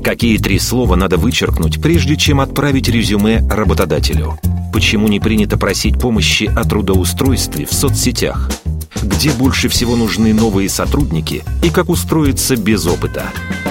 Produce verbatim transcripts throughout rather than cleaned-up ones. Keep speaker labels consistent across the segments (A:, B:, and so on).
A: Какие три слова надо вычеркнуть, прежде чем отправить резюме работодателю? Почему не принято просить помощи о трудоустройстве в соцсетях? Где больше всего нужны новые сотрудники и как устроиться без опыта?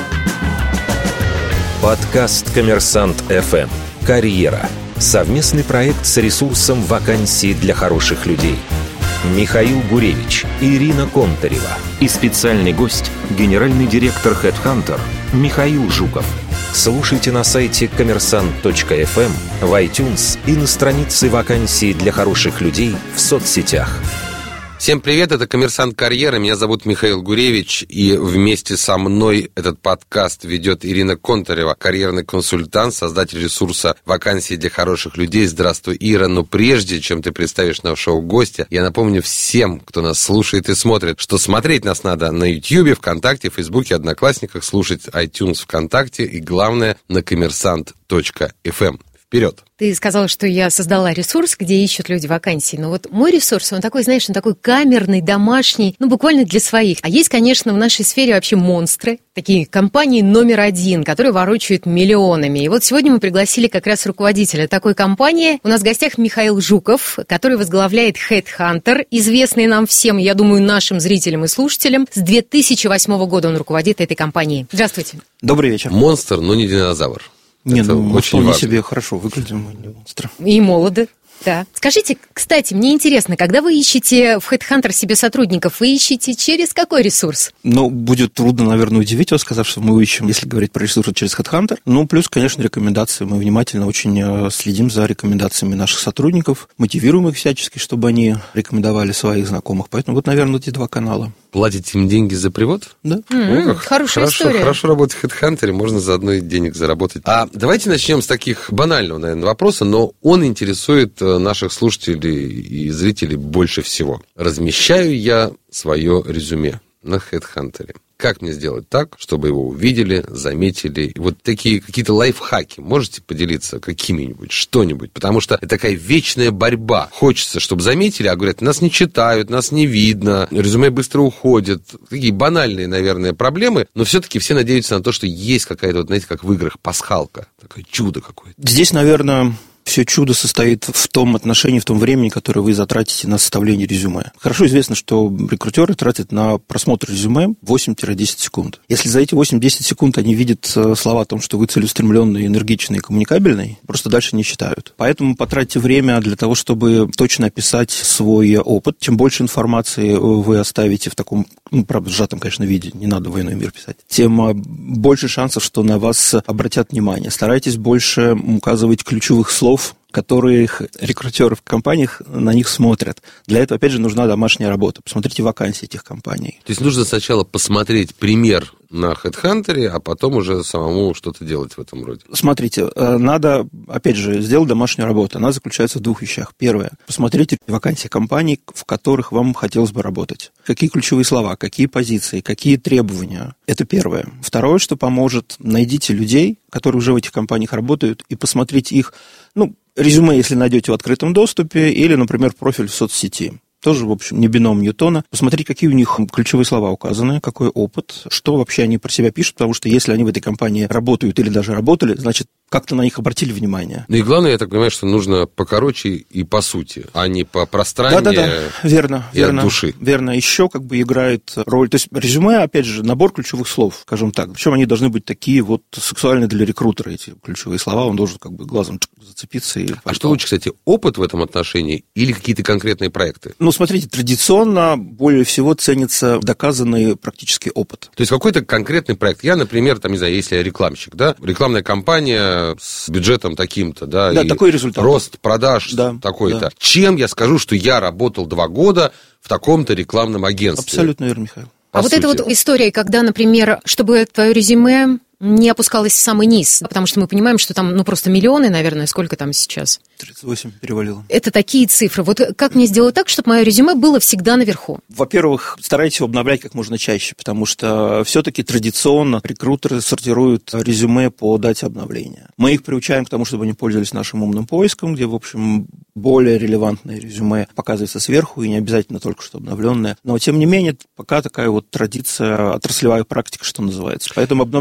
A: Подкаст «Коммерсант эф эм. Карьера». Совместный проект с ресурсом «Вакансии для хороших людей». Михаил Гуревич, Ирина Контарева и специальный гость, генеральный директор HeadHunter Михаил Жуков. Слушайте на сайте коммерсант точка эф эм, в iTunes и на странице «Вакансии для хороших людей» в соцсетях.
B: Всем привет, это «Коммерсант Карьеры», меня зовут Михаил Гуревич, и вместе со мной этот подкаст ведет Ирина Контарева, карьерный консультант, создатель ресурса «Вакансии для хороших людей». Здравствуй, Ира, но прежде чем ты представишь нашего гостя, я напомню всем, кто нас слушает и смотрит, что смотреть нас надо на Ютьюбе, ВКонтакте, Фейсбуке, Одноклассниках, слушать iTunes, ВКонтакте и, главное, на коммерсант точка эф эм. Вперед!
C: Ты сказала, что я создала ресурс, где ищут люди вакансии. Но вот мой ресурс, он такой, знаешь, он такой камерный, домашний, ну, буквально для своих. А есть, конечно, в нашей сфере вообще монстры, такие компании номер один, которые ворочают миллионами. И вот сегодня мы пригласили как раз руководителя такой компании. У нас в гостях Михаил Жуков, который возглавляет HeadHunter, известный нам всем, я думаю, нашим зрителям и слушателям. С две тысячи восьмого года он руководит этой компанией. Здравствуйте.
D: Добрый вечер.
B: Монстр, но не динозавр.
D: Не,
B: это
D: ну,
B: очень
D: вполне
B: важно.
D: себе хорошо выглядим, не монстр.
C: И молоды. Да. Скажите, кстати, мне интересно, когда вы ищете в HeadHunter себе сотрудников, вы ищете через какой ресурс?
D: Ну, будет трудно, наверное, удивить вас, сказав, что мы ищем, если говорить про ресурсы, через HeadHunter. Ну, плюс, конечно, рекомендации. Мы внимательно очень следим за рекомендациями наших сотрудников, мотивируем их всячески, чтобы они рекомендовали своих знакомых. Поэтому вот, наверное, эти два канала.
B: Платите им деньги за привод?
D: Да.
C: Mm-hmm.
B: О, как
C: Хорошая
B: хорошо,
C: история.
B: Хорошо работать в HeadHunter, можно заодно и денег заработать. А давайте начнем с таких банального, наверное, вопроса, но он интересует наших слушателей и зрителей больше всего. Размещаю я свое резюме на HeadHunter. Как мне сделать так, чтобы его увидели, заметили? И вот такие какие-то лайфхаки можете поделиться какими-нибудь, что-нибудь? Потому что это такая вечная борьба. Хочется, чтобы заметили, а говорят, нас не читают, нас не видно, резюме быстро уходит. Такие банальные, наверное, проблемы, но все-таки все надеются на то, что есть какая-то, вот, знаете, как в играх, пасхалка, такое чудо какое-то.
D: Здесь, наверное... Все чудо состоит в том отношении, в том времени, которое вы затратите на составление резюме. Хорошо известно, что рекрутеры тратят на просмотр резюме восемь-десять секунд. Если за эти восемь-десять секунд они видят слова о том, что вы целеустремленный, энергичный и коммуникабельный, просто дальше не читают. Поэтому потратьте время для того, чтобы точно описать свой опыт. Чем больше информации вы оставите в таком, ну, правда, сжатом, конечно, виде, не надо «Войну и мир» писать, тем больше шансов, что на вас обратят внимание. Старайтесь больше указывать ключевых слов, которые рекрутеры в компаниях на них смотрят. Для этого, опять же, нужна домашняя работа. Посмотрите вакансии этих компаний.
B: То есть нужно сначала посмотреть пример на HeadHunter, а потом уже самому что-то делать в этом роде.
D: Смотрите, надо, опять же, сделать домашнюю работу. Она заключается в двух вещах. Первое. Посмотрите вакансии компаний, в которых вам хотелось бы работать. Какие ключевые слова, какие позиции, какие требования. Это первое. Второе, что поможет, найдите людей, которые уже в этих компаниях работают, и посмотрите их, ну, резюме, если найдете в открытом доступе, или, например, профиль в соцсети. Тоже, в общем, не бином Ньютона. Посмотреть, какие у них ключевые слова указаны, какой опыт, что вообще они про себя пишут, потому что если они в этой компании работают или даже работали, значит, как-то на них обратили внимание.
B: Ну и главное, я так понимаю, что нужно покороче и по сути, а не по пространнее.
D: Да-да-да, верно,
B: и
D: верно,
B: от души.
D: Верно, еще как бы играет роль. То есть резюме, опять же, набор ключевых слов, скажем так. Причем они должны быть такие вот сексуальные для рекрутера, эти ключевые слова. Он должен как бы глазом зацепиться. И...
B: А что лучше, кстати, опыт в этом отношении или какие-то конкретные проекты?
D: Ну, смотрите, традиционно более всего ценится доказанный практический опыт.
B: То есть какой-то конкретный проект. Я, например, там, не знаю, если я рекламщик, да, рекламная кампания с бюджетом таким-то, да,
D: да,
B: и
D: такой результат.
B: Рост продаж
D: да,
B: такой-то.
D: Да.
B: Чем я скажу, что я работал два года в таком-то рекламном агентстве?
D: Абсолютно верно, Михаил.
C: А вот эта вот история, когда, например, чтобы твое резюме не опускалось в самый низ, потому что мы понимаем, что там, ну, просто миллионы, наверное, сколько там сейчас?
D: тридцать восемь перевалило.
C: Это такие цифры. Вот как мне сделать так, чтобы мое резюме было всегда наверху?
D: Во-первых, старайтесь его обновлять как можно чаще, потому что все-таки традиционно рекрутеры сортируют резюме по дате обновления. Мы их приучаем к тому, чтобы они пользовались нашим умным поиском, где, в общем, более релевантное резюме показывается сверху, и не обязательно только что обновленное. Но, тем не менее, пока такая вот традиция, отраслевая практика, что называется. Поэтому обновляйте резюме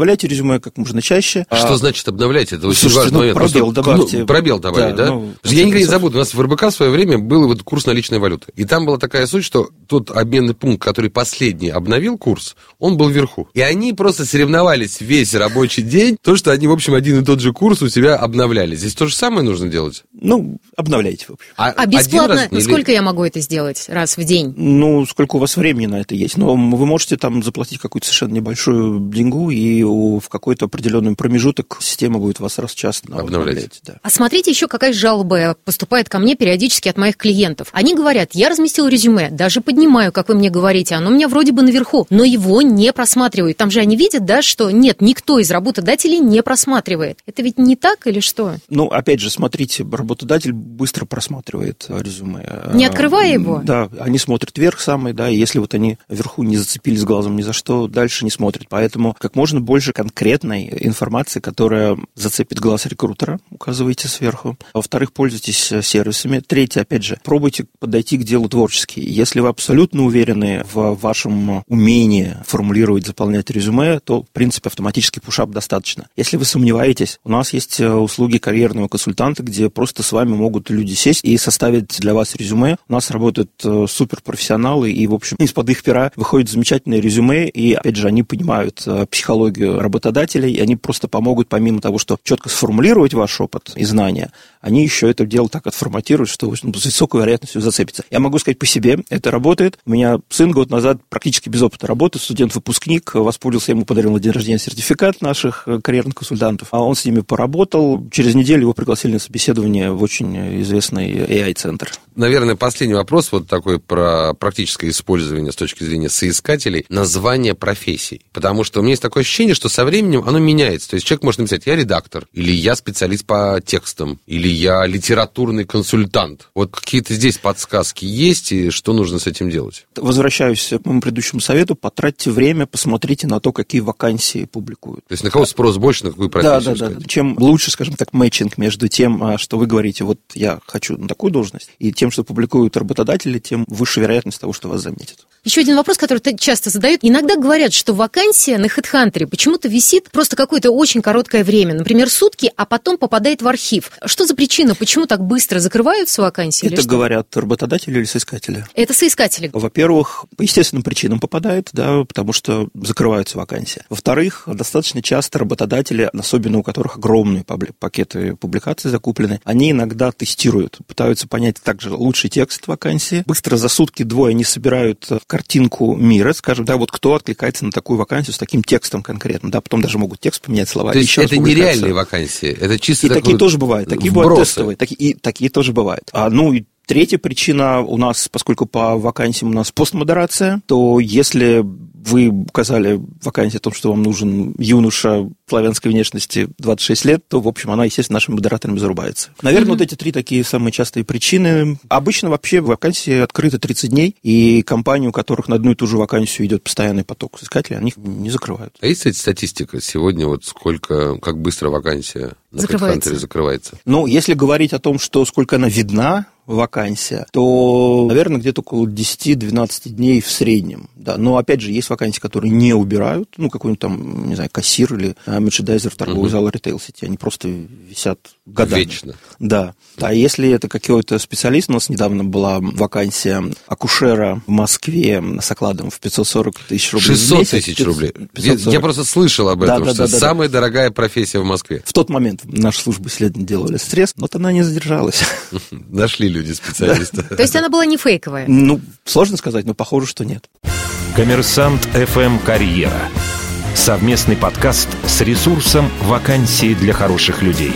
D: резюме как можно чаще.
B: Что
D: а...
B: значит обновлять? Это очень
D: Слушайте,
B: важный
D: ну,
B: момент.
D: пробел
B: Просто,
D: добавьте.
B: Ну, пробел добавить, да? да?
D: Ну,
B: Я никогда не забуду, у нас в эр бэ ка в свое время был вот курс наличной валюты. И там была такая суть, что тот обменный пункт, который последний обновил курс, он был вверху. И они просто соревновались весь рабочий день, то, что они, в общем, один и тот же курс у себя обновляли. Здесь то же самое нужно делать?
D: Ну, обновляйте, в общем.
C: А, а бесплатно, ну, сколько я могу это сделать раз в день?
D: Ну, сколько у вас времени на это есть. Но вы можете там заплатить какую-то совершенно небольшую деньгу, и в какой-то определенный промежуток система будет вас раз в час обновлять. обновлять да.
C: А смотрите, еще какая жалоба поступает ко мне периодически от моих клиентов. Они говорят, я разместил резюме, даже поднимаю, как вы мне говорите, оно у меня вроде бы наверху, но его не просматривают. Там же они видят, да, что нет, никто из работодателей не просматривает. Это ведь не так или что?
D: Ну, опять же, смотрите, работодатель быстро просматривает резюме.
C: Не открывая его?
D: Да, они смотрят вверх самый, да, и если вот они вверху не зацепились глазом ни за что, дальше не смотрят. Поэтому как можно больше конкретной информации, которая зацепит глаз рекрутера, указывайте сверху. Во-вторых, пользуйтесь сервисами. Третье, опять же, пробуйте подойти к делу творчески. Если вы абсолютно уверены в вашем умении формулировать, заполнять резюме, то, в принципе, автоматически пушап достаточно. Если вы сомневаетесь, у нас есть услуги карьерного консультанта, где просто с вами могут люди сесть и составить для вас резюме. У нас работают суперпрофессионалы, и, в общем, из-под их пера выходит замечательное резюме, и, опять же, они понимают психологию работодателей, и они просто помогут, помимо того, что четко сформулировать ваш опыт и знания, они еще это дело так отформатируют, что с высокой вероятностью зацепится. Я могу сказать по себе, это работает. У меня сын год назад практически без опыта работы, студент-выпускник, воспользовался, я ему подарил на день рождения сертификат наших карьерных консультантов, а он с ними поработал. Через неделю его пригласили на собеседование в очень известный эй ай-центр.
B: Наверное, последний вопрос вот такой про практическое использование с точки зрения соискателей, название профессий. Потому что у меня есть такое ощущение, что со временем оно меняется. То есть человек может написать, я редактор, или я специалист по текстам, или я литературный консультант. Вот какие-то здесь подсказки есть, и что нужно с этим делать?
D: Возвращаюсь к моему предыдущему совету. Потратьте время, посмотрите на то, какие вакансии публикуют.
B: То есть на кого спрос больше, на какую профессию?
D: Да, да, да. Чем лучше, скажем так, мэтчинг между тем, что вы говорите, вот я хочу на такую должность, и тем, что публикуют работодатели, тем выше вероятность того, что вас заметят.
C: Еще один вопрос, который часто задают. Иногда говорят, что вакансия на HeadHunter почему-то висит просто какое-то очень короткое время, например, сутки, а потом попадает в архив. Что за причина? Почему так быстро закрываются вакансии?
D: Это говорят работодатели или соискатели?
C: Это соискатели.
D: Во-первых, по естественным причинам попадает, да, потому что закрываются вакансии. Во-вторых, достаточно часто работодатели, особенно у которых огромные пакеты публикаций закуплены, они иногда тестируют, пытаются понять также лучший текст вакансии. Быстро за сутки-двое они собирают картинку мира, скажем, да, вот кто откликается на такую вакансию с таким текстом конкретно, да, потом даже могут текст поменять слова.
B: То есть еще это нереальные вакансии, это чисто
D: и такие тоже бывают, такие бывают тестовые, такие, и такие тоже бывают. А, ну, и третья причина у нас, поскольку по вакансиям у нас постмодерация, то если вы указали в вакансии о том, что вам нужен юноша славянской внешности двадцать шесть лет, то, в общем, она, естественно, нашими модераторами зарубается. Наверное, mm-hmm. вот эти три такие самые частые причины. Обычно вообще вакансии открыты тридцать дней, и компании, у которых на одну и ту же вакансию идет постоянный поток искателей, они их не закрывают.
B: А есть, кстати, статистика сегодня, вот сколько, как быстро вакансия на HeadHunter закрывается?
D: Ну, если говорить о том, что сколько она видна, вакансия, то, наверное, где-то около десять-двенадцать дней в среднем. Да. Но, опять же, есть вакансии, которые не убирают, ну, какой-нибудь там, не знаю, кассир или мерчендайзер в торговой uh-huh. зале ритейл-сети, они просто висят годами.
B: Вечно.
D: Да. А если это какой-то специалист, у нас недавно была вакансия акушера в Москве с окладом в пятьсот сорок тысяч рублей
B: шестьсот тысяч рублей. пятьсот сорок. Я просто слышал об этом, да, что да, да, самая да. дорогая профессия в Москве.
D: В тот момент наша служба исследований делали стресс, но она не задержалась.
B: Нашли люди специалиста.
C: То есть она была не фейковая?
D: Ну, сложно сказать, но похоже, что нет.
A: Коммерсант эф эм «Карьера». Совместный подкаст с ресурсом «Вакансии для хороших людей».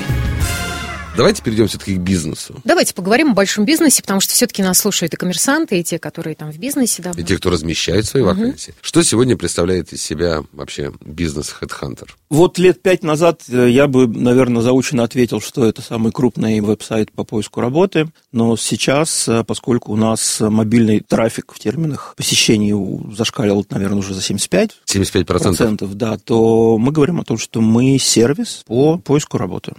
B: Давайте перейдем все-таки к бизнесу.
C: Давайте поговорим о большом бизнесе, потому что все-таки нас слушают и коммерсанты, и те, которые там в бизнесе. Да.
B: И те, кто размещает свои угу. вакансии. Что сегодня представляет из себя вообще бизнес HeadHunter?
D: Вот лет пять назад я бы, наверное, заученно ответил, что это самый крупный веб-сайт по поиску работы, но сейчас, поскольку у нас мобильный трафик в терминах посещений зашкаливал, наверное, уже за семьдесят пять процентов,
B: семьдесят пять процентов,
D: да, то мы говорим о том, что мы сервис по поиску работы.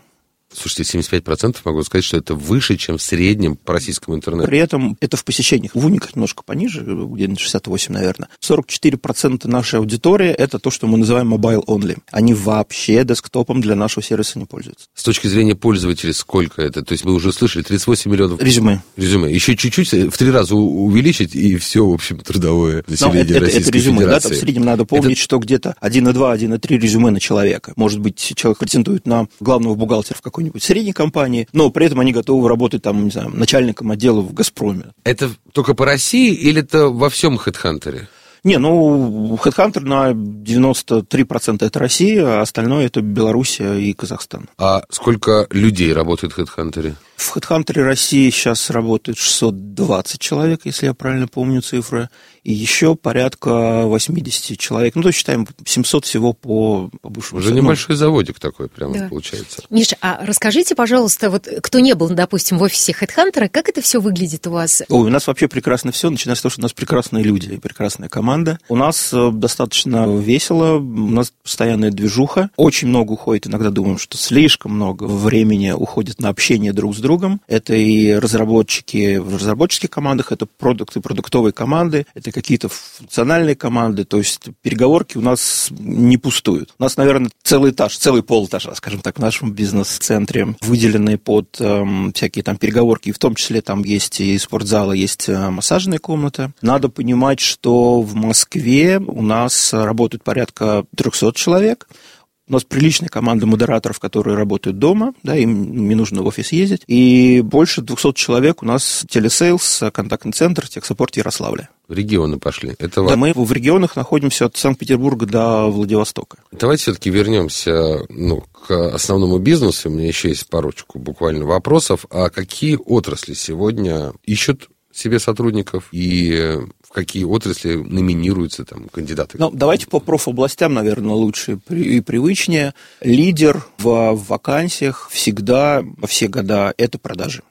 B: Слушайте, семьдесят пять процентов могу сказать, что это выше, чем в среднем по российскому интернету.
D: При этом это в посещениях. В униках немножко пониже, где-то шестьдесят восемь, наверное. сорок четыре процента нашей аудитории – это то, что мы называем mobile only. Они вообще десктопом для нашего сервиса не пользуются.
B: С точки зрения пользователей, сколько это? То есть мы уже слышали, тридцать восемь миллионов...
D: Резюме.
B: Резюме. Еще чуть-чуть, в три раза увеличить, и все, в общем, трудовое население
D: это,
B: Российской
D: это резюме,
B: Федерации.
D: Да, там в среднем надо помнить,
B: это...
D: что где-то один и два - один и три резюме на человека. Может быть, человек претендует на главного бухгалтера в какой-нибудь средней компании, но при этом они готовы работать там, не знаю, начальником отдела в «Газпроме».
B: Это только по России или это во всем HeadHunter?
D: Не, ну, HeadHunter на девяносто три процента это Россия, а остальное это Белоруссия и Казахстан.
B: А сколько людей работает в HeadHunter?
D: В HeadHunter России сейчас работает шестьсот двадцать человек, если я правильно помню цифры, и еще порядка восемьдесят человек. Ну, то есть считаем семьсот всего по, по бывшему.
B: Уже небольшой заводик такой прямо
C: да.
B: получается.
C: Миша, а расскажите, пожалуйста, вот кто не был, допустим, в офисе HeadHunter, как это все выглядит у вас?
D: Ой, у нас вообще прекрасно все, начиная с того, что у нас прекрасные люди и прекрасная команда. У нас достаточно весело, у нас постоянная движуха. Очень много уходит, иногда думаем, что слишком много времени уходит на общение друг с другом. Это и разработчики в разработческих командах, это продукты, продуктовые команды, это какие-то функциональные команды, то есть переговорки у нас не пустуют. У нас, наверное, целый этаж, целый полэтажа, скажем так, в нашем бизнес-центре выделены под эм, всякие там переговорки, и в том числе там есть и спортзалы, есть э, массажные комнаты. Надо понимать, что в Москве у нас работают порядка триста человек. У нас приличная команда модераторов, которые работают дома, да, им не нужно в офис ездить. И больше двухсот человек у нас телесейлс, контактный центр, техсаппорт Ярославля.
B: В регионы пошли. Это
D: да, мы в регионах находимся от Санкт-Петербурга до Владивостока.
B: Давайте все-таки вернемся ну, к основному бизнесу. У меня еще есть парочку буквально вопросов. А какие отрасли сегодня ищут себе сотрудников и в какие отрасли номинируются там кандидаты?
D: Ну, давайте по профобластям, наверное, лучше и привычнее. Лидер в вакансиях всегда, во все года, это продажи.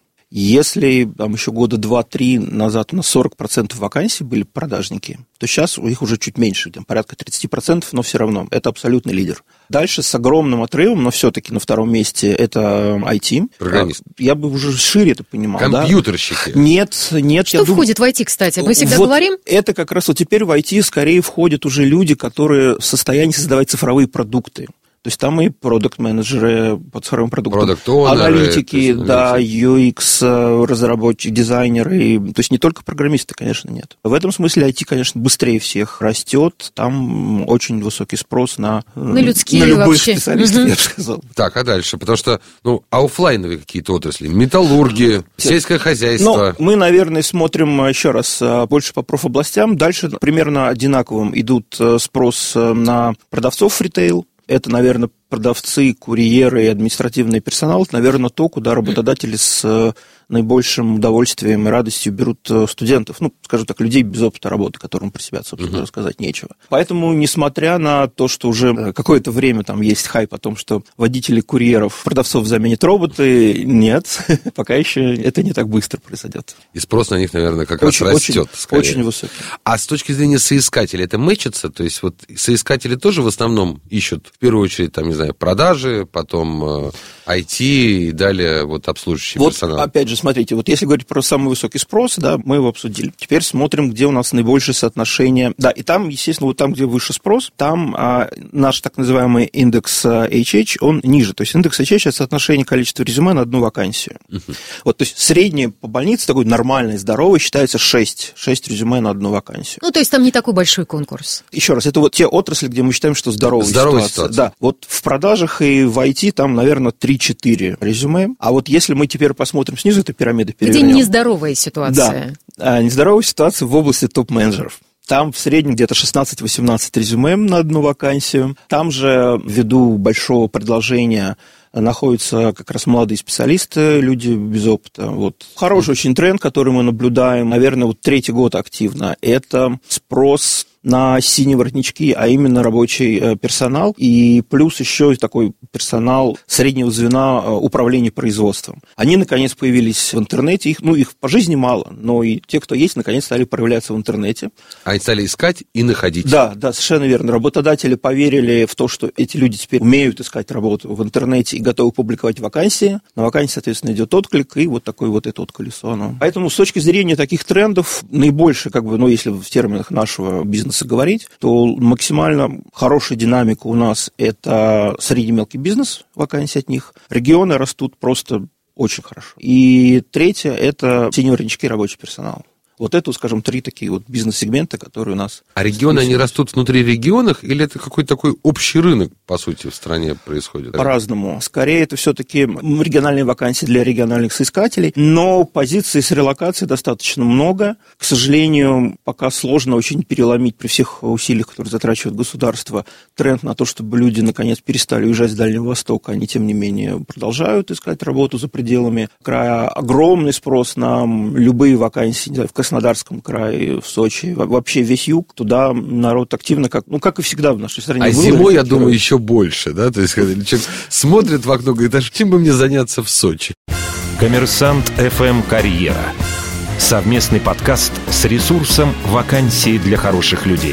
D: Если там, еще года два-три назад у нас сорок процентов вакансий были продажники, то сейчас у них уже чуть меньше, там, порядка тридцать процентов, но все равно это абсолютный лидер. Дальше с огромным отрывом, но все-таки на втором месте это ай ти.
B: Программист.
D: Я бы уже шире это понимал.
B: Компьютерщики.
D: Да? Нет, нет.
C: Что входит думаю... в ай ти, кстати? Мы всегда
D: вот
C: говорим.
D: Это как раз вот теперь в ай ти скорее входят уже люди, которые в состоянии создавать цифровые продукты. То есть там и продакт-менеджеры по цифровым продуктам, аналитики, да, ю экс, разработчики, дизайнеры. То есть не только программисты, конечно, нет. В этом смысле ай ти, конечно, быстрее всех растет. Там очень высокий спрос на,
C: на, людские
D: на любых
C: вообще.
D: специалистов,
C: угу.
D: я бы сказал.
B: Так, а дальше? Потому что, ну, офлайновые какие-то отрасли, металлурги, сельское хозяйство.
D: Ну, мы, наверное, смотрим еще раз больше по профобластям. Дальше примерно одинаковым идут спрос на продавцов в ритейл. Это, наверное, продавцы, курьеры и административный персонал. Это, наверное, то, куда работодатели с наибольшим удовольствием и радостью берут студентов, ну, скажем так, людей без опыта работы, которым про себя, собственно, uh-huh. рассказать нечего. Поэтому, несмотря на то, что уже какое-то время там есть хайп о том, что водители курьеров, продавцов заменят роботы, нет, пока еще это не так быстро произойдет.
B: И спрос на них, наверное, как
D: очень,
B: раз растет.
D: Очень, очень высокий.
B: А с точки зрения соискателей это мэчится? То есть вот соискатели тоже в основном ищут, в первую очередь, там, не знаю, продажи, потом ай ти и далее вот обслуживающий
D: вот,
B: персонал.
D: Опять же, смотрите, вот если говорить про самый высокий спрос, да, мы его обсудили. Теперь смотрим, где у нас наибольшее соотношение. Да, и там, естественно, вот там, где выше спрос, там а, наш так называемый индекс эйч эйч, он ниже. То есть индекс эйч эйч – это соотношение количества резюме на одну вакансию. Uh-huh. Вот, то есть среднее по больнице, такой нормальный, здоровый, считается шесть. шесть резюме на одну вакансию.
C: Ну, то есть там не такой большой конкурс.
D: Еще раз, это вот те отрасли, где мы считаем, что здоровая,
B: здоровая
D: ситуация.
B: ситуация.
D: Да, вот в продажах и в ай ти там, наверное, три-четыре резюме. А вот если мы теперь посмотрим снизу, это пирамида перевернем.
C: Где нездоровая ситуация.
D: Да, нездоровая ситуация в области топ-менеджеров. Там в среднем где-то шестнадцать-восемнадцать резюме на одну вакансию. Там же, ввиду большого предложения, находятся как раз молодые специалисты, люди без опыта. Вот. Хороший очень тренд, который мы наблюдаем, наверное, вот третий год активно, это спрос на синие воротнички, а именно рабочий персонал, и плюс еще такой персонал среднего звена управления производством. Они, наконец, появились в интернете, их, ну, их по жизни мало, но и те, кто есть, наконец стали проявляться в интернете.
B: Они стали искать и находить.
D: Да, да, совершенно верно. Работодатели поверили в то, что эти люди теперь умеют искать работу в интернете и готовы публиковать вакансии. На вакансии, соответственно, идет отклик, и вот такое вот это вот колесо. Оно. Поэтому с точки зрения таких трендов, наибольше, как бы, ну, если в терминах нашего бизнеса говорить, то максимально хорошая динамика у нас – это средний мелкий бизнес, вакансии от них. Регионы растут просто очень хорошо. И третье – это синие воротнички, рабочий персонал. Вот это, скажем, три такие вот бизнес-сегмента, которые у нас...
B: А регионы, они растут внутри регионов, или это какой-то такой общий рынок, по сути, в стране происходит?
D: По-разному. Скорее, это все-таки региональные вакансии для региональных соискателей, но позиций с релокацией достаточно много. К сожалению, пока сложно очень переломить при всех усилиях, которые затрачивает государство, тренд на то, чтобы люди, наконец, перестали уезжать с Дальнего Востока. Они, тем не менее, продолжают искать работу за пределами края. Огромный спрос на любые вакансии, не знаю, в Краснодарском крае, в Сочи, вообще весь юг, туда народ активно, как, ну, как и всегда в нашей стране.
B: А зимой, я думаю, еще больше, да? То есть, когда человек смотрит в окно, говорит, а чем бы мне заняться в Сочи?
A: Коммерсант эф эм «Карьера». Совместный подкаст с ресурсом «Вакансии для хороших людей».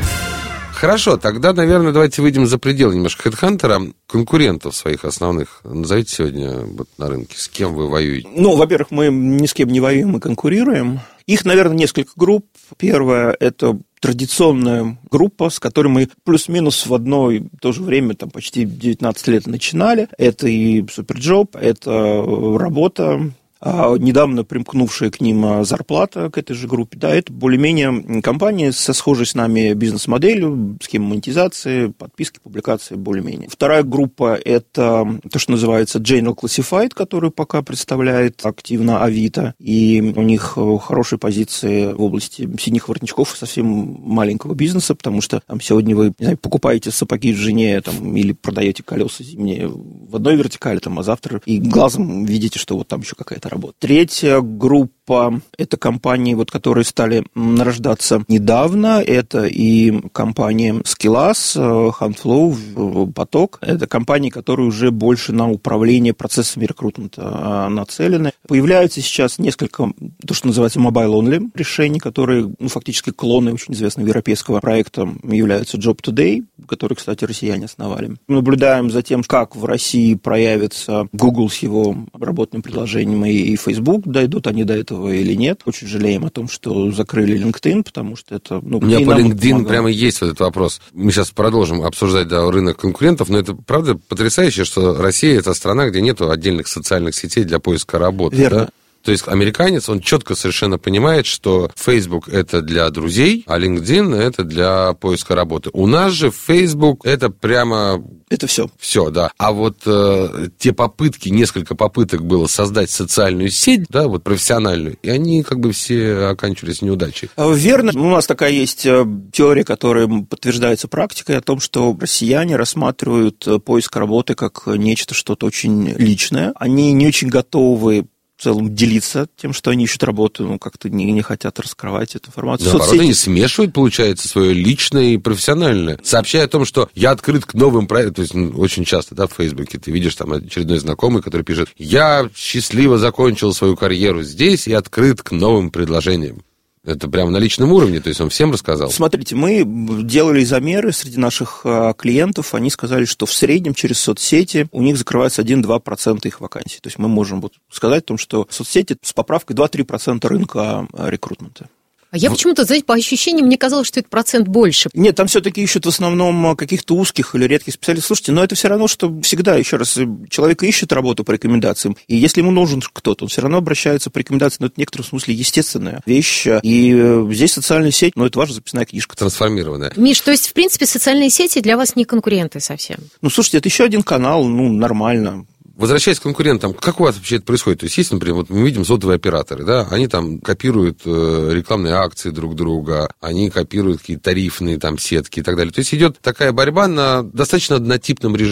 B: Хорошо, тогда, наверное, давайте выйдем за пределы немножко HeadHunter, конкурентов своих основных. Назовите сегодня вот на рынке, с кем вы воюете?
D: Ну, во-первых, мы ни с кем не воюем, мы конкурируем. Их, наверное, несколько групп. Первая – это традиционная группа, с которой мы плюс-минус в одно и то же время, там, почти девятнадцать лет начинали. Это и Суперджоп, это работа, а недавно примкнувшая к ним зарплата, к этой же группе, да, это более-менее компании со схожей с нами бизнес-моделью, схемой монетизации, подписки, публикации, более-менее. Вторая группа – это то, что называется General Classified, который пока представляет активно Авито, и у них хорошие позиции в области синих воротничков и совсем маленького бизнеса, потому что там сегодня вы, не знаю, покупаете сапоги жене там, или продаете колеса зимние в одной вертикали, там, а завтра и глазом видите, что вот там еще какая-то работа. Третья группа – это компании, вот, которые стали нарождаться недавно. Это и компания Skillus, HuntFlow, Поток. Это компании, которые уже больше на управление процессами рекрутмента нацелены. Появляются сейчас несколько, то, что называется mobile-only решений, которые, ну, фактически клоны очень известного европейского проекта являются Job Today, который, кстати, россияне основали. Мы наблюдаем за тем, как в России проявится Google с его работным предложением и и Facebook, дойдут они до этого или нет. Очень жалеем о том, что закрыли LinkedIn, потому что это... Ну,
B: у меня по LinkedIn прямо есть вот этот вопрос. Мы сейчас продолжим обсуждать, да, рынок конкурентов, но это, правда, потрясающе, что Россия – это страна, где нет отдельных социальных сетей для поиска работы.
D: Верно.
B: Да? То есть американец, он четко совершенно понимает, что Facebook – это для друзей, а LinkedIn – это для поиска работы. У нас же Facebook – это прямо...
D: Это все.
B: Все, да. А вот э, те попытки, несколько попыток было создать социальную сеть, да, вот профессиональную, и они как бы все оканчивались неудачей.
D: Верно. У нас такая есть теория, которая подтверждается практикой, о том, что россияне рассматривают поиск работы как нечто, что-то очень личное. Они не очень готовы в целом делиться тем, что они ищут работу, ну, как-то не, не хотят раскрывать эту информацию.
B: Наоборот, соцсети... они смешивают, получается, свое личное и профессиональное, сообщая о том, что я открыт к новым проектам. То есть, ну, очень часто, да, в Фейсбуке ты видишь там очередной знакомый, который пишет: я счастливо закончил свою карьеру здесь и открыт к новым предложениям. Это прямо на личном уровне, то есть он всем рассказал.
D: Смотрите, мы делали замеры среди наших клиентов, они сказали, что в среднем через соцсети у них закрывается один-два процента их вакансий. То есть мы можем вот сказать о том, что соцсети с поправкой два-три процента рынка рекрутмента.
C: А я почему-то, знаете, по ощущениям, мне казалось, что это процент больше.
D: Нет, там все-таки ищут в основном каких-то узких или редких специалистов. Слушайте, но это все равно, что всегда, еще раз, человек ищет работу по рекомендациям, и если ему нужен кто-то, он все равно обращается по рекомендациям, но это в некотором смысле естественная вещь. И здесь социальная сеть, ну, это ваша записная книжка.
B: Трансформированная.
C: Миш, то есть, в принципе, социальные сети для вас не конкуренты совсем?
D: Ну, слушайте, это еще один канал, ну, нормально.
B: Возвращаясь к конкурентам, как у вас вообще это происходит? То есть, есть, например, вот мы видим сотовые операторы, да, они там копируют э, рекламные акции друг друга, они копируют какие-то тарифные там сетки и так далее. То есть, идет такая борьба на достаточно однотипном режиме.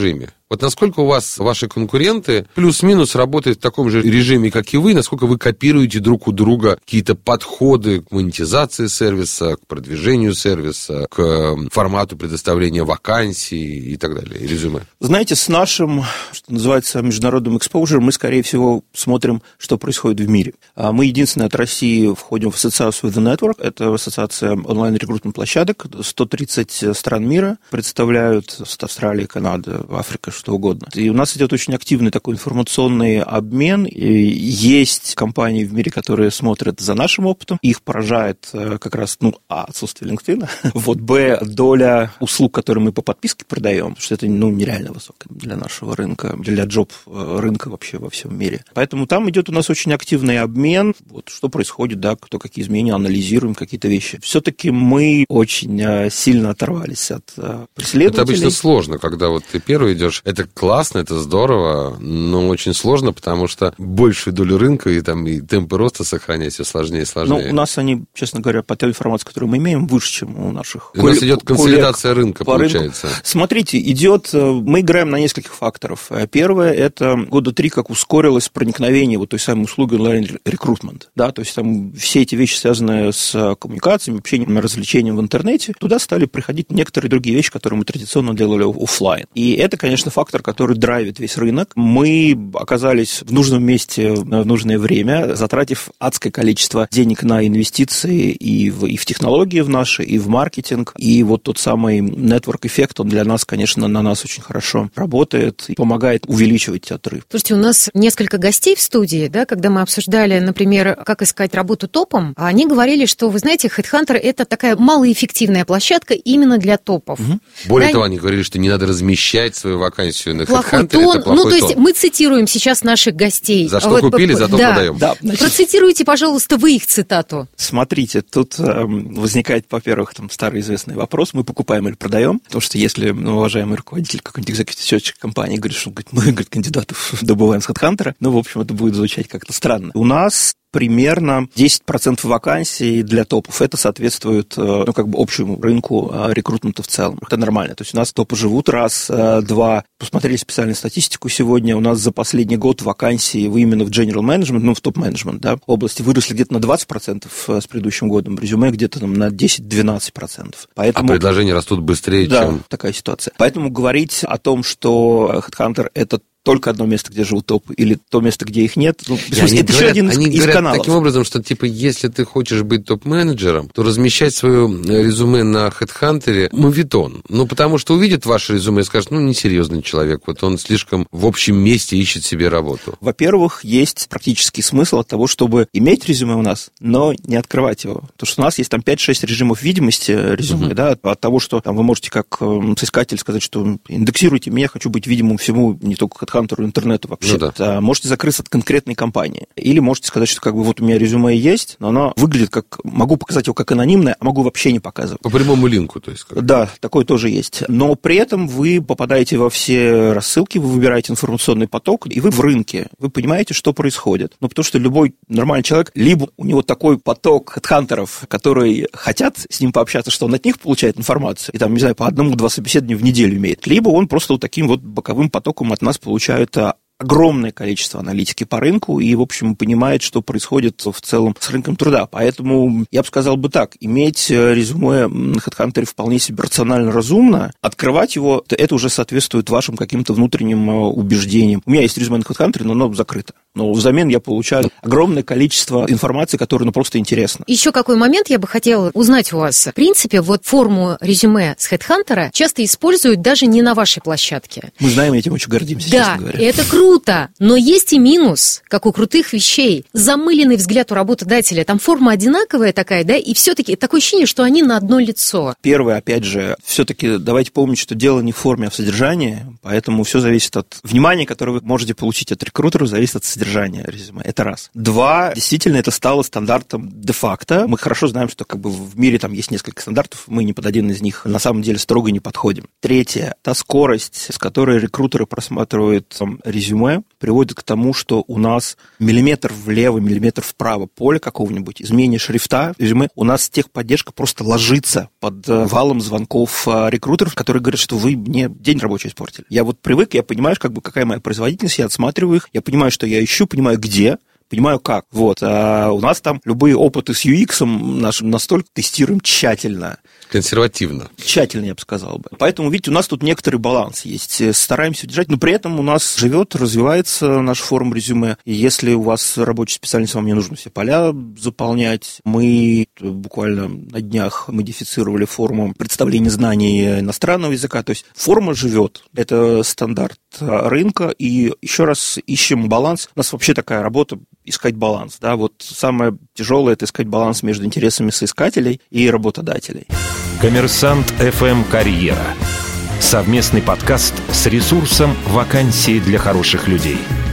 B: Вот насколько у вас ваши конкуренты плюс-минус работают в таком же режиме, как и вы, насколько вы копируете друг у друга какие-то подходы к монетизации сервиса, к продвижению сервиса, к формату предоставления вакансий и так далее, резюме?
D: Знаете, с нашим, что называется, международным экспоужером мы, скорее всего, смотрим, что происходит в мире. Мы единственные от России входим в ассоциацию The Network, это ассоциация онлайн-рекрутных площадок, сто тридцать стран мира представляют, от Австралии, Канады, Африка, что угодно. И у нас идет очень активный такой информационный обмен. И есть компании в мире, которые смотрят за нашим опытом, их поражает как раз, ну, а, отсутствие LinkedIn, вот, б, доля услуг, которые мы по подписке продаем, потому что это, ну, нереально высокая для нашего рынка, для джоб рынка вообще во всем мире. Поэтому там идет у нас очень активный обмен, вот, что происходит, да, кто какие изменения, анализируем какие-то вещи. Все-таки мы очень сильно оторвались от преследователей.
B: Это обычно сложно, когда вот ты первый идешь. Это классно, это здорово, но очень сложно, потому что большую долю рынка и там и темпы роста сохранять все сложнее и сложнее.
D: Ну, у нас они, честно говоря, по той информации, которую мы имеем, выше, чем у наших
B: коллег. У нас идет консолидация рынка,
D: по
B: получается.
D: Рынку. Смотрите, идет, мы играем на нескольких факторов. Первое, это года три, как ускорилось проникновение вот той самой услуги онлайн-рекрутмент. Да, то есть там все эти вещи, связанные с коммуникациями, общением, развлечением в интернете, туда стали приходить некоторые другие вещи, которые мы традиционно делали офлайн. И это, конечно, фактор, который драйвит весь рынок. Мы оказались в нужном месте в нужное время, затратив адское количество денег на инвестиции и в, и в технологии в наши, и в маркетинг. И вот тот самый network-эффект, он для нас, конечно, на нас очень хорошо работает и помогает увеличивать отрыв.
C: Слушайте, у нас несколько гостей в студии, да, когда мы обсуждали, например, как искать работу топом, они говорили, что, вы знаете, HeadHunter – это такая малоэффективная площадка именно для топов.
B: Угу. Более
C: да,
B: того, они говорили, что не надо размещать свою вакансию на
C: плохой
B: HeadHunter,
C: тон.
B: это плохой
C: Ну, то
B: тон.
C: есть мы цитируем сейчас наших гостей.
B: За что
C: вот,
B: купили, за то
C: да.
B: продаем.
D: Да, значит,
C: процитируйте, пожалуйста, вы их цитату.
D: Смотрите, тут э, возникает, во-первых, там старый известный вопрос, мы покупаем или продаем, потому что если ну, уважаемый руководитель какой-нибудь executive компании говорит, что говорит, мы говорит, кандидатов добываем с HeadHunter, ну, в общем, это будет звучать как-то странно. У нас примерно десять процентов вакансий для топов. Это соответствует, ну, как бы общему рынку рекрутмента в целом. Это нормально. То есть у нас топы живут раз, два. Посмотрели специальную статистику сегодня. У нас за последний год вакансии именно в general management, ну, в топ-менеджмент, да, области выросли где-то на двадцать процентов с предыдущим годом. Резюме где-то там на десять-двенадцать процентов. Поэтому,
B: а предложения растут быстрее,
D: да,
B: чем...
D: такая ситуация. Поэтому говорить о том, что HeadHunter – это только одно место, где живут топы, или то место, где их нет. Ну, это
B: говорят,
D: еще один из,
B: они
D: из
B: говорят
D: каналов.
B: Таким образом, что, типа, если ты хочешь быть топ-менеджером, то размещать свое резюме на HeadHunter мовитон. Ну, потому что увидят ваше резюме и скажут, ну, несерьезный человек, вот он слишком в общем месте ищет себе работу.
D: Во-первых, есть практический смысл от того, чтобы иметь резюме у нас, но не открывать его. Потому что у нас есть там пять-шесть режимов видимости резюме, uh-huh. да, от того, что там, вы можете как э, соискатель сказать, что индексируйте меня, хочу быть видимым всему, не только HeadHunter, интернету вообще. Ну, да. Можете закрыться от конкретной компании. Или можете сказать, что как бы вот у меня резюме есть, но оно выглядит как... Могу показать его как анонимное, а могу вообще не показывать.
B: По прямому линку, то есть. Как...
D: Да, такое тоже есть. Но при этом вы попадаете во все рассылки, вы выбираете информационный поток, и вы в рынке. Вы понимаете, что происходит. Ну, потому что любой нормальный человек, либо у него такой поток хедхантеров, которые хотят с ним пообщаться, что он от них получает информацию, и там, не знаю, по одному-два собеседования в неделю имеет, либо он просто вот таким вот боковым потоком от нас получает огромное количество аналитики по рынку и, в общем, понимает, что происходит в целом с рынком труда. Поэтому я бы сказал бы так, иметь резюме на HeadHunter вполне себе рационально разумно, открывать его, это уже соответствует вашим каким-то внутренним убеждениям. У меня есть резюме на HeadHunter, но оно закрыто. Но взамен я получаю огромное количество информации, которая ну, просто интересна.
C: Еще какой момент я бы хотела узнать у вас. В принципе, вот форму резюме с HeadHunter часто используют даже не на вашей площадке.
D: Мы знаем, этим очень гордимся,
C: да,
D: честно говоря.
C: Да, это круто, но есть и минус, как у крутых вещей. Замыленный взгляд у работодателя. Там форма одинаковая такая, да, и все-таки такое ощущение, что они на одно лицо.
D: Первое, опять же, все-таки давайте помнить, что дело не в форме, а в содержании, поэтому все зависит от внимания, которое вы можете получить от рекрутера, зависит от содержания резюме. Это раз. Два, действительно, это стало стандартом де-факто. Мы хорошо знаем, что как бы в мире там есть несколько стандартов, мы ни под один из них на самом деле строго не подходим. Третье, та скорость, с которой рекрутеры просматривают там, резюме, приводит к тому, что у нас миллиметр влево, миллиметр вправо поля какого-нибудь, изменение шрифта, резюме, у нас техподдержка просто ложится под валом звонков рекрутеров, которые говорят, что вы мне день рабочий испортили. Я вот привык, я понимаю, как бы, какая моя производительность, я отсматриваю их, я понимаю, что я ищу, понимаю, где, понимаю, как. Вот. А у нас там любые опыты с ю экс нашим настолько тестируем тщательно.
B: Консервативно.
D: Тщательно, я бы сказал бы. Поэтому, видите, у нас тут некоторый баланс есть. Стараемся держать, но при этом у нас живет, развивается наш форум резюме. И если у вас рабочая специальность, вам не нужно все поля заполнять. Мы буквально на днях модифицировали форму представления знаний иностранного языка. То есть форма живет. Это стандарт рынка. И еще раз ищем баланс. У нас вообще такая работа искать баланс. Да? Вот самое тяжелое – это искать баланс между интересами соискателей и работодателей.
A: Коммерсант эф эм «Карьера». Совместный подкаст с ресурсом «Вакансии для хороших людей».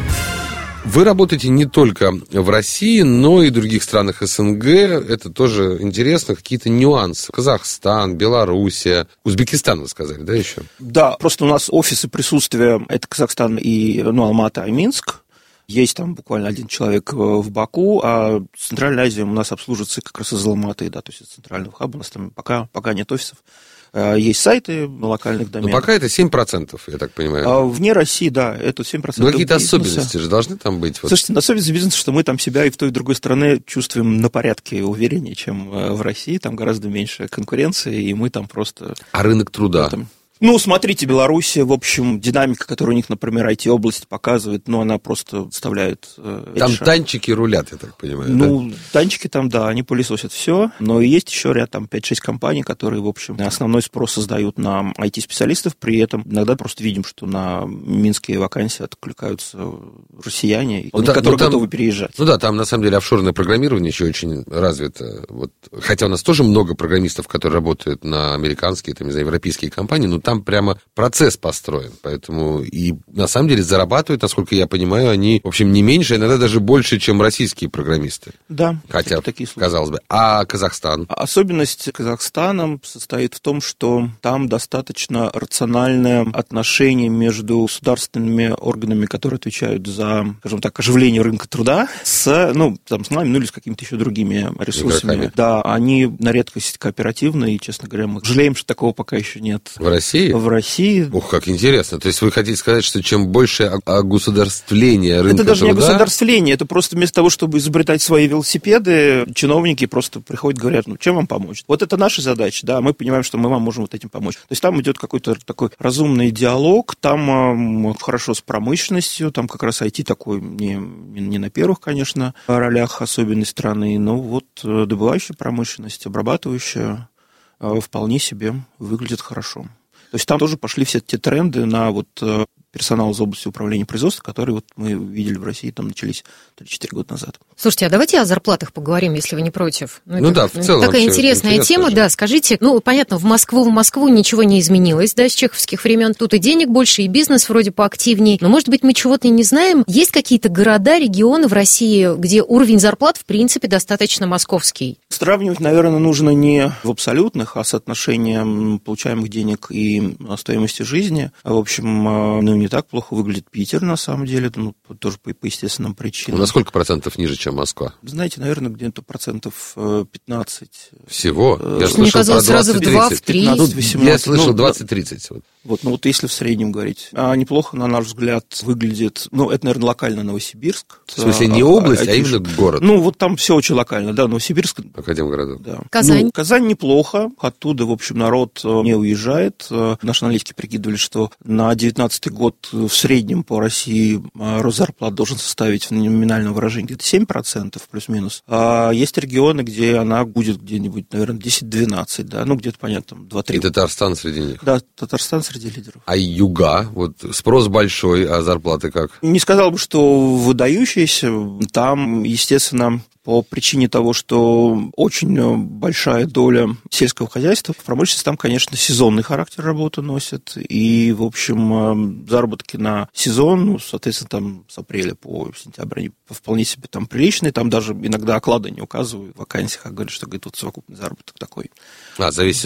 B: Вы работаете не только в России, но и в других странах эс эн гэ. Это тоже интересно, какие-то нюансы. Казахстан, Белоруссия, Узбекистан, вы сказали, да, еще?
D: Да, просто у нас офисы присутствия – это Казахстан и, ну, Алмата и Минск. Есть там буквально один человек в Баку, а Центральная Азия у нас обслуживается как раз из Алматы, да, то есть из центрального хаба. У нас там пока, пока нет офисов. Есть сайты на локальных доменах.
B: Но пока это семь процентов, я так понимаю.
D: А вне России, да, это семь процентов.
B: Но какие-то
D: бизнеса.
B: особенности же должны там быть? Вот.
D: Слушайте, особенность бизнеса, что мы там себя и в той, и в другой стране чувствуем на порядке увереннее, чем в России. Там гораздо меньше конкуренции, и мы там просто...
B: А рынок труда?
D: Там... Ну, смотрите, Белоруссия, в общем, динамика, которая у них, например, ай ти-область показывает, ну, она просто вставляет... Э,
B: там
D: шаг.
B: танчики рулят, я так понимаю,
D: Ну,
B: да?
D: танчики там, да, они пылесосят все, но есть еще ряд, там, пять-шесть компаний, которые, в общем, основной спрос создают на ай ти-специалистов, при этом иногда просто видим, что на минские вакансии откликаются россияне, ну, да, которые там, готовы переезжать.
B: Ну да, там, на самом деле, офшорное программирование еще очень развито. Вот, хотя у нас тоже много программистов, которые работают на американские, там, не знаю, европейские компании, но там прямо процесс построен, поэтому и на самом деле зарабатывают, насколько я понимаю, они, в общем, не меньше, иногда даже больше, чем российские программисты.
D: Да,
B: хотя,
D: такие случаи.
B: Казалось бы. А Казахстан?
D: Особенность Казахстана состоит в том, что там достаточно рациональное отношение между государственными органами, которые отвечают за, скажем так, оживление рынка труда, с, ну, там, с нами, ну, или с какими-то еще другими ресурсами. Игроками. Да, они на редкость кооперативны, и, честно говоря, мы жалеем, что такого пока еще нет.
B: В России?
D: В России.
B: Ух, как интересно. То есть вы хотите сказать, что чем больше огосударствление рынка труда...
D: Это даже
B: труда...
D: не огосударствление, это просто вместо того, чтобы изобретать свои велосипеды, чиновники просто приходят и говорят, ну, чем вам помочь? Вот это наша задача, да, мы понимаем, что мы вам можем вот этим помочь. То есть там идет какой-то такой разумный диалог, там э, хорошо с промышленностью, там как раз ай ти такой не, не на первых, конечно, ролях особенной страны, но вот добывающая промышленность, обрабатывающая э, вполне себе выглядит хорошо. То есть там тоже пошли все те тренды на вот персонал из области управления производством, которые вот мы видели в России, там начались три-четыре года назад.
C: Слушайте, а давайте о зарплатах поговорим, если вы не против.
B: Ну, ну да, в целом.
C: Такая интересная тема, же. Да, скажите, ну, понятно, в Москву, в Москву ничего не изменилось, да, с чеховских времен, тут и денег больше, и бизнес вроде поактивней, но, может быть, мы чего-то не знаем. Есть какие-то города, регионы в России, где уровень зарплат, в принципе, достаточно московский?
D: Сравнивать, наверное, нужно не в абсолютных, а соотношением получаемых денег и стоимости жизни. В общем, ну, не так плохо выглядит Питер, на самом деле, ну, тоже по, по естественным причинам.
B: Ну, на сколько процентов ниже, чем Москва?
D: Знаете, наверное, где-то процентов пятнадцать.
B: Всего?
C: Я слышал, мне казалось, сразу в два, в три.
B: Я слышал двадцать-тридцать. Вот.
D: Вот, ну вот если в среднем говорить. А неплохо, на наш взгляд, выглядит, ну, это, наверное, локально Новосибирск.
B: В смысле, не область, а, а именно город?
D: Ну, вот там все очень локально, да, Новосибирск.
B: Академгородок.
D: Да.
C: Казань?
D: Ну, Казань неплохо, оттуда, в общем, народ не уезжает. Наши аналитики прикидывали, что на девятнадцатый год в среднем по России рост зарплат должен составить в номинальном выражении где-то семь процентов плюс-минус. А есть регионы, где она будет где-нибудь, наверное, десять-двенадцать, да, ну, где-то, понятно, два-три.
B: И Татарстан среди них?
D: Да, Татарстан среди лидеров.
B: А юга? Вот спрос большой, а зарплаты как?
D: Не сказал бы, что выдающиеся. Там, естественно, по причине того, что очень большая доля сельского хозяйства, в промышленности там, конечно, сезонный характер работы носит, и, в общем, заработки на сезон, ну, соответственно, там с апреля по сентябрь они вполне себе там приличные, там даже иногда оклады не указывают в вакансиях, а говорят, что, говорит, вот совокупный заработок такой.
B: А, за весь сезон?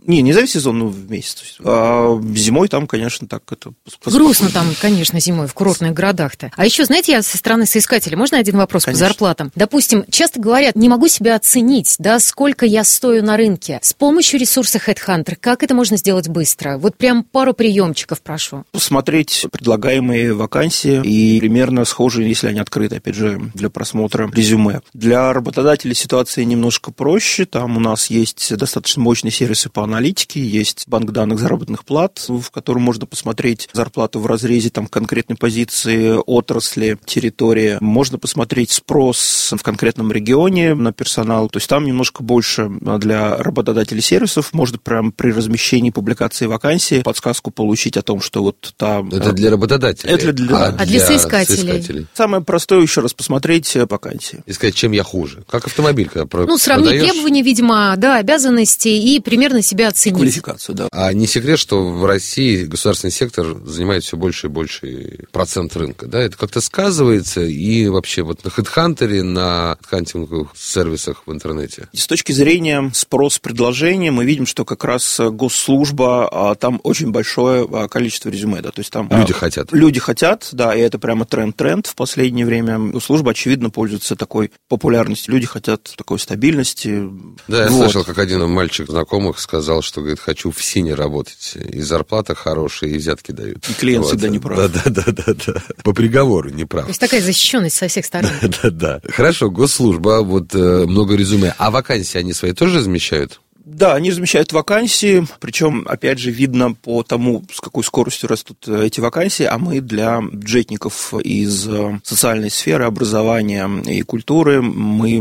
D: Не, не за сезон, но в месяц. А зимой там, конечно, так это...
C: Грустно там, конечно, зимой в курортных городах-то. А еще, знаете, я со стороны соискателя, можно один вопрос конечно. По зарплатам? Допустим, часто говорят, не могу себя оценить, да, сколько я стою на рынке. С помощью ресурса HeadHunter, как это можно сделать быстро? Вот прям пару приемчиков прошу.
D: Посмотреть предлагаемые вакансии и примерно схожие, если они открыты, опять же, для просмотра резюме. Для работодателей ситуация немножко проще. Там у нас есть достаточно мощные сервисы по аналитике, есть банк данных заработных плат, в котором можно посмотреть зарплату в разрезе там, конкретной позиции, отрасли, территории. Можно посмотреть спрос в конкретном регионе на персонал. То есть там немножко больше для работодателей сервисов. Можно прям при размещении публикации вакансии подсказку получить о том, что вот та...
B: Это для работодателей.
D: Это для...
C: А, а для, для соискателей?
D: соискателей. Самое простое еще раз посмотреть вакансии.
B: И сказать, чем я хуже. Как автомобиль, когда продаешь.
C: Ну, сравнить требования, видимо, да, обязанности и примерно себя оценить.
D: Квалификацию, да.
B: А не секрет, что в России государственный сектор занимает все больше и больше процент рынка, да? Это как-то сказывается и вообще вот на HeadHunter, на хантинговых сервисах в интернете?
D: С точки зрения спрос-предложения мы видим, что как раз госслужба, там очень большое количество резюме, да, то есть там...
B: Люди хотят.
D: Люди хотят, да, и это прямо тренд-тренд в последнее время. Госслужба, очевидно, пользуется такой популярностью. Люди хотят такой стабильности.
B: Да, я
D: вот.
B: слышал, как один мальчик знакомых сказал, что, говорит, хочу в сине работать, и зарплата хорошая, и взятки дают.
D: И клиент
B: вот.
D: всегда не прав.
B: Да-да-да. По приговору не прав.
C: То есть такая защищенность со всех сторон.
B: Да-да-да. Хорошо, госслужба, вот много резюме. А вакансии они свои тоже размещают?
D: Да, они размещают вакансии, причем, опять же, видно по тому, с какой скоростью растут эти вакансии, а мы для бюджетников из социальной сферы, образования и культуры, мы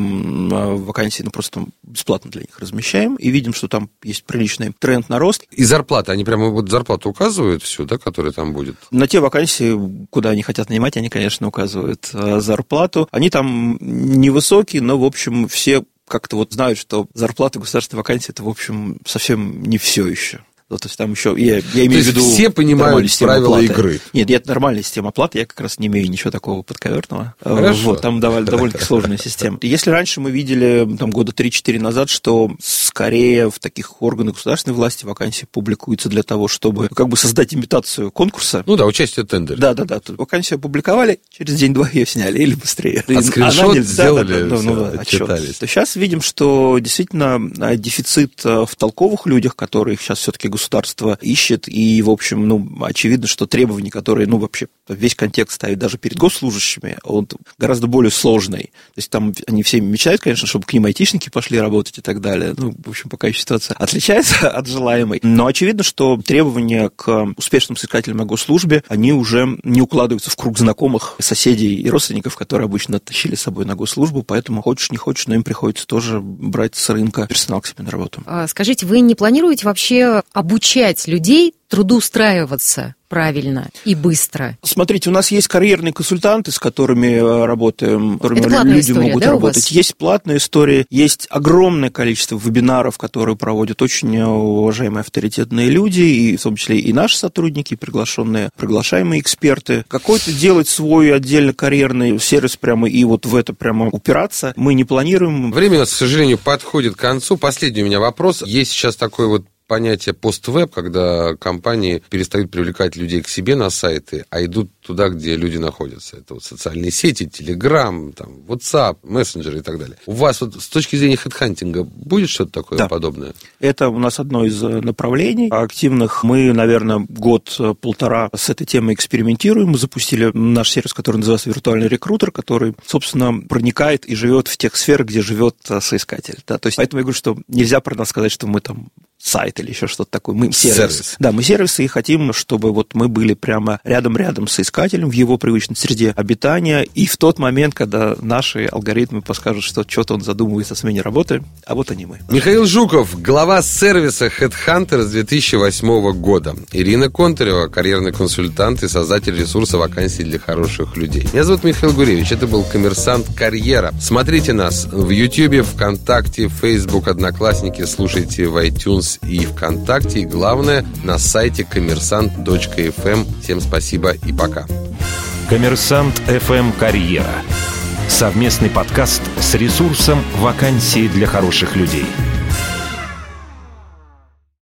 D: вакансии ну, просто бесплатно для них размещаем и видим, что там есть приличный тренд на рост.
B: И зарплата, они прямо вот зарплату указывают всю, да, которая там будет?
D: На те вакансии, куда они хотят нанимать, они, конечно, указывают зарплату. Они там невысокие, но, в общем, все как-то вот знают, что зарплата государственной вакансии – это, в общем, совсем не все еще. Ну, то есть там еще, я, я имею в виду...
B: все понимают правила
D: оплаты.
B: Игры.
D: Нет, это нормальная система оплаты, я как раз не имею ничего такого подковерного.
B: Хорошо.
D: Вот, там довольно-таки сложная система. Если раньше мы видели, там, года три-четыре назад, что скорее в таких органах государственной власти вакансии публикуются для того, чтобы как бы создать имитацию конкурса.
B: Ну да, участие в тендере.
D: Да-да-да, вакансию опубликовали, через день-два ее сняли или быстрее.
B: А скриншот
D: не...
B: сделали,
D: да, да, да,
B: все,
D: ну,
B: отчитались.
D: То сейчас видим, что действительно дефицит в толковых людях, которые сейчас все-таки государство ищет, и, в общем, ну, очевидно, что требования, которые, ну, вообще весь контекст ставит даже перед госслужащими, он гораздо более сложный. То есть там они все мечтают, конечно, чтобы к ним айтишники пошли работать и так далее. Ну, в общем, пока еще ситуация отличается от желаемой. Но очевидно, что требования к успешным соискателям на госслужбе, они уже не укладываются в круг знакомых, соседей и родственников, которые обычно тащили с собой на госслужбу, поэтому хочешь не хочешь, но им приходится тоже брать с рынка персонал к себе на работу.
C: Скажите, вы не планируете вообще обучать людей трудоустраиваться правильно и быстро?
D: Смотрите, у нас есть карьерные консультанты, с которыми работаем, с которыми
C: Это
D: люди
C: история,
D: могут
C: да,
D: работать. Есть платная история, есть огромное количество вебинаров, которые проводят очень уважаемые авторитетные люди, и в том числе и наши сотрудники, и приглашенные, приглашаемые эксперты. Какой-то делать свой отдельно карьерный сервис прямо и вот в это прямо упираться мы не планируем.
B: Время у нас, к сожалению, подходит к концу. Последний у меня вопрос. Есть сейчас такой вот понятие пост-веб, когда компании перестают привлекать людей к себе на сайты, а идут туда, где люди находятся. Это вот социальные сети, Telegram, там, WhatsApp, мессенджеры и так далее. У вас вот с точки зрения хедхантинга будет что-то такое
D: да.
B: подобное?
D: Это у нас одно из направлений активных. Мы, наверное, год-полтора с этой темой экспериментируем. Мы запустили наш сервис, который называется «Виртуальный рекрутер», который, собственно, проникает и живет в тех сферах, где живет соискатель. Да? То есть, поэтому я говорю, что нельзя про нас сказать, что мы там сайт или еще что-то такое. Мы сервис. сервис. Да, мы сервисы и хотим, чтобы вот мы были прямо рядом-рядом с искателем в его привычной среде обитания, и в тот момент, когда наши алгоритмы подскажут, что что-то он задумывается о смене работы, а вот они мы.
B: Михаил Жуков, глава сервиса HeadHunter с две тысячи восьмого года. Ирина Контарева, карьерный консультант и создатель ресурса вакансий для хороших людей. Меня зовут Михаил Гуревич, это был «Коммерсант. Карьера». Смотрите нас в Ютьюбе, ВКонтакте, Фейсбук, Одноклассники, слушайте в iTunes и ВКонтакте, и главное, на сайте коммерсант точка эф эм. Всем спасибо и пока.
A: Коммерсант эф эм «Карьера». Совместный подкаст с ресурсом «Вакансии для хороших людей».